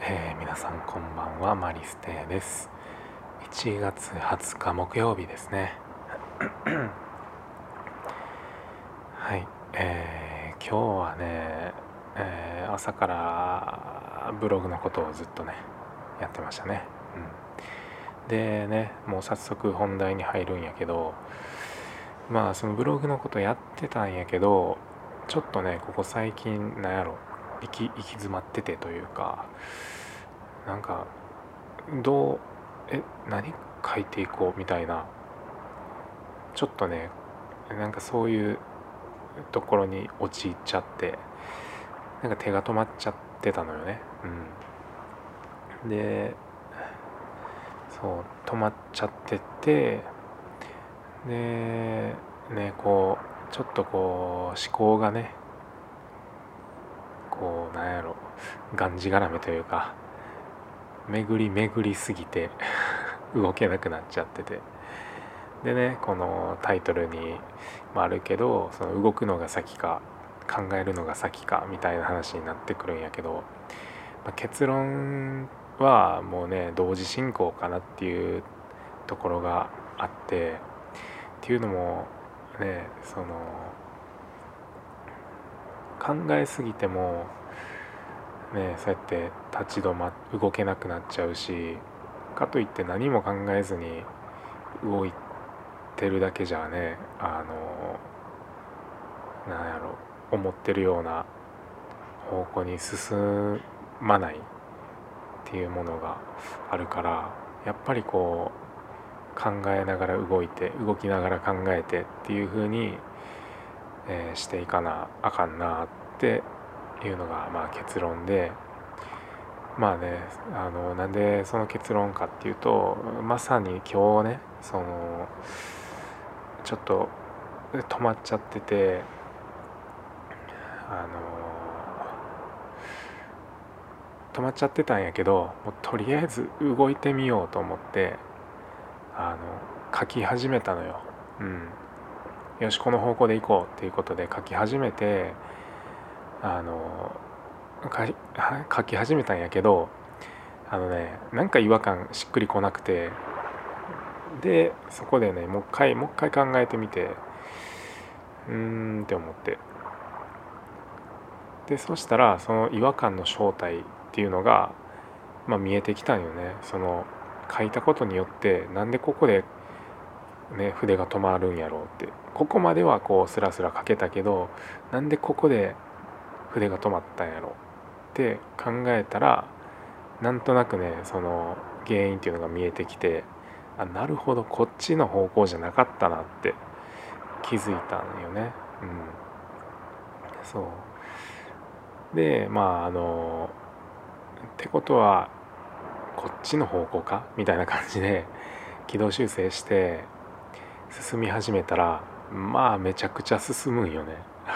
皆さんこんばんは。マリステです。1月20日木曜日ですね。はい、今日はね、朝からブログのことをずっとねやってましたね。でね、もう早速本題に入るんやけど、まあそのブログのことやってたんやけど、ちょっとねここ最近なんやろ、行き詰まっててというか、なんかどう何書いていこうみたいな、ちょっとねなんかそういうところに陥っちゃって、なんか手が止まっちゃってたのよね。で、そう止まっちゃってて、でね、こうちょっとこう思考がね、こうなんやろ、がんじがらめというか、巡り巡りすぎて動けなくなっちゃってて、でね、このタイトルにもあるけど、その動くのが先か考えるのが先かみたいな話になってくるんやけど、結論はもうね同時進行かなっていうところがあって、っていうのもね、その考えすぎてもね、そうやって立ち止ま動けなくなっちゃうし、かといって何も考えずに動いてるだけじゃね、なんやろ、思ってるような方向に進まないっていうものがあるから、やっぱりこう考えながら動いて、動きながら考えてっていう風に、していかなあかんなっていうのがまあ結論で、まあね、なんでその結論かっていうと、まさに今日ね、そのちょっと止まっちゃってて、あ止まっちゃってたんやけど、もうとりあえず動いてみようと思って書き始めたのよ。よし、この方向で行こうっていうことで書き始めて、あの書き始めたんやけど、なんか違和感しっくりこなくて、でそこでね、もう一回考えてみて、って思って、でそしたらその違和感の正体っていうのが、見えてきたんよね。その書いたことによってなんでここで、ね、筆が止まるんやろうって、ここまではこうスラスラ書けたけど、なんでここで筆が止まったんやろうって考えたら、なんとなくねその原因っていうのが見えてきて、なるほど、こっちの方向じゃなかったなって気づいたんよね。そうで、ってことはこっちの方向かみたいな感じで軌道修正して進み始めたら、めちゃくちゃ進むんよね。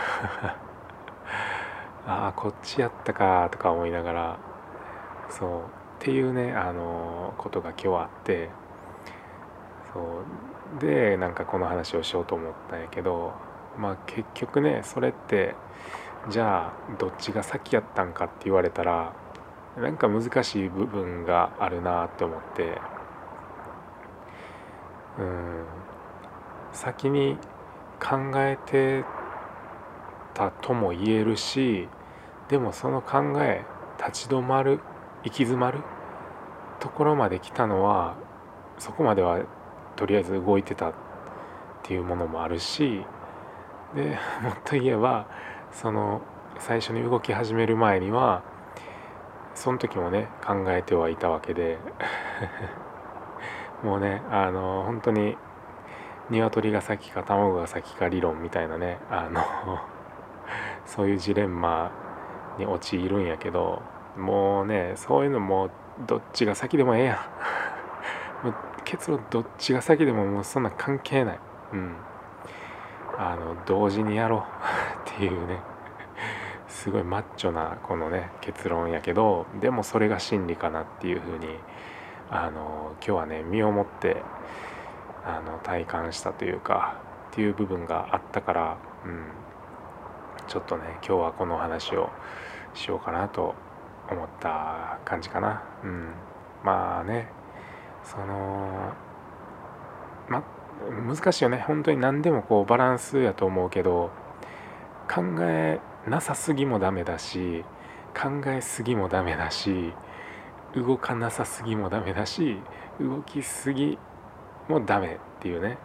ああ、こっちやったかとか思いながら、そうっていうね、ことが今日あって、そうでなんかこの話をしようと思ったんやけど、結局ね、それってじゃあどっちが先やったんかって言われたら、なんか難しい部分があるなって思って、先に考えてたとも言えるし、でもその考え立ち止まる、行き詰まるところまで来たのは、そこまではとりあえず動いてたっていうものもあるし、でもっと言えば、その最初に動き始める前にはその時もね考えてはいたわけでもうね、本当に鶏が先か卵が先か理論みたいなね、そういうジレンマに陥るんやけど、もうね、そういうのもどっちが先でもええやんもう結論どっちが先でももうそんな関係ない。同時にやろうっていうね、すごいマッチョなこのね結論やけど、でもそれが真理かなっていうふうに今日はね身をもって体感したというかっていう部分があったから、ちょっとね今日はこの話をしようかなと思った感じかな。まあね、その難しいよね。本当に何でもこうバランスやと思うけど、考えなさすぎもダメだし、考えすぎもダメだし、動かなさすぎもダメだし、動きすぎもダメっていうね、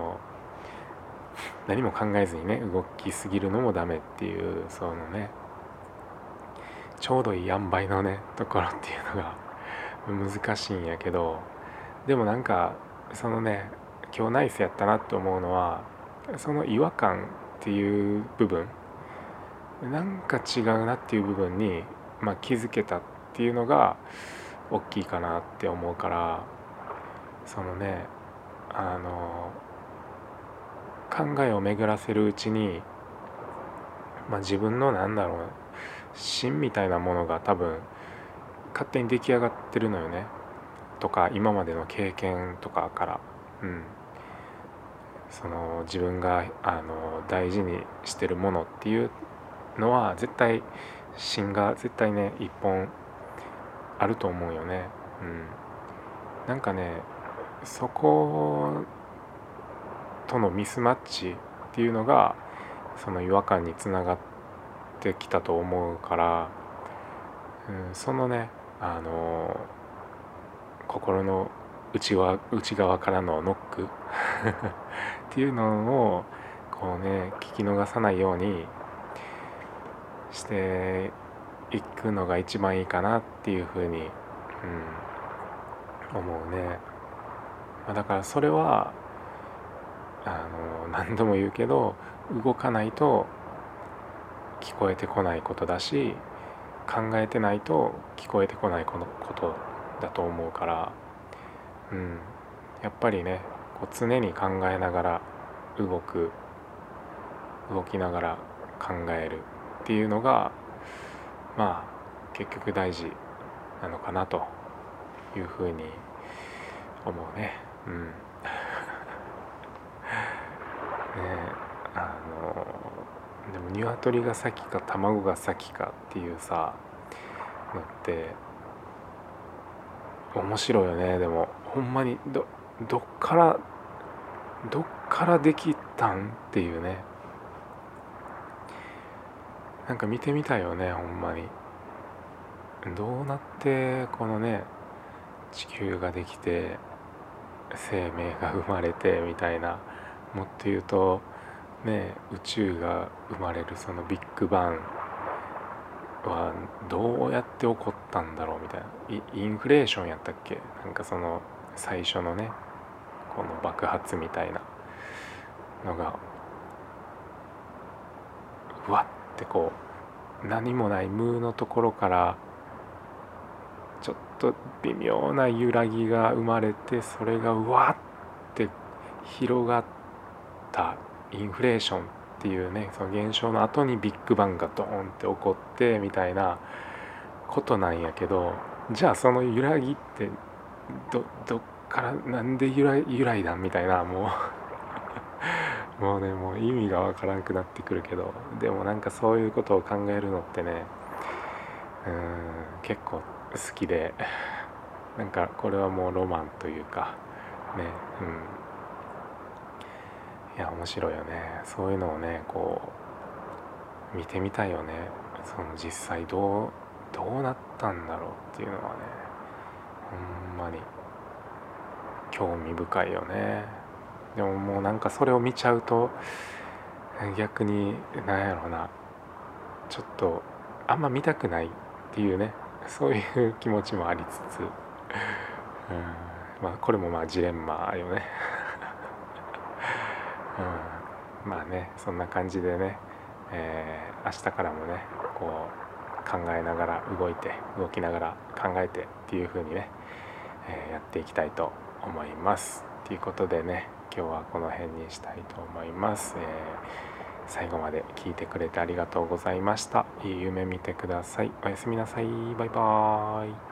何も考えずにね動きすぎるのもダメっていう、そのねちょうどいい塩梅のねところっていうのが難しいんやけど、でもなんかそのね今日ナイスやったなって思うのは、その違和感っていう部分、なんか違うなっていう部分に、気づけたっていうのが大きいかなって思うから、そのね考えを巡らせるうちに、自分の芯みたいなものが多分勝手に出来上がってるのよね、とか今までの経験とかから、その自分が大事にしてるものっていうのは絶対芯が絶対ね一本あると思うよね。なんかねそことのミスマッチっていうのがその違和感につながってきたと思うから、そのね心の内側からのノックっていうのをこうね聞き逃さないようにしていくのが一番いいかなっていうふうに、思うね。だからそれは何度も言うけど、動かないと聞こえてこないことだし、考えてないと聞こえてこないことだと思うから、やっぱりねこう常に考えながら動きながら考えるっていうのが結局大事なのかなというふうに思うね。でも鶏が先か卵が先かっていうさのって面白いよね。でもほんまにどっからできたんっていうね、なんか見てみたいよね。ほんまにどうなってこのね地球ができて生命が生まれてみたいな、もっと言うとね宇宙が生まれるそのビッグバンはどうやって起こったんだろうみたいな、インフレーションやったっけ、なんかその最初のねこの爆発みたいなのがうわってこう何もない無のところからちょっと微妙な揺らぎが生まれて、それがうわって広がったインフレーションっていうね、その現象の後にビッグバンがドーンって起こってみたいなことなんやけど、じゃあその揺らぎってどっからなんで揺らいだみたいな、もうもうねもう意味がわからなくなってくるけど、でもなんかそういうことを考えるのってね結構好きで、なんかこれはもうロマンというかね、いや面白いよね。そういうのをねこう見てみたいよね。その実際どうなったんだろうっていうのはね、ほんまに興味深いよね。でももうなんかそれを見ちゃうと逆になんやろうな、ちょっとあんま見たくないっていうね、そういう気持ちもありつつ、これもジレンマよね。そんな感じでね、明日からもねこう考えながら動きながら考えてっていう風にね、やっていきたいと思います。ということでね、今日はこの辺にしたいと思います。最後まで聞いてくれてありがとうございました。いい夢見てください。おやすみなさい。バイバーイ。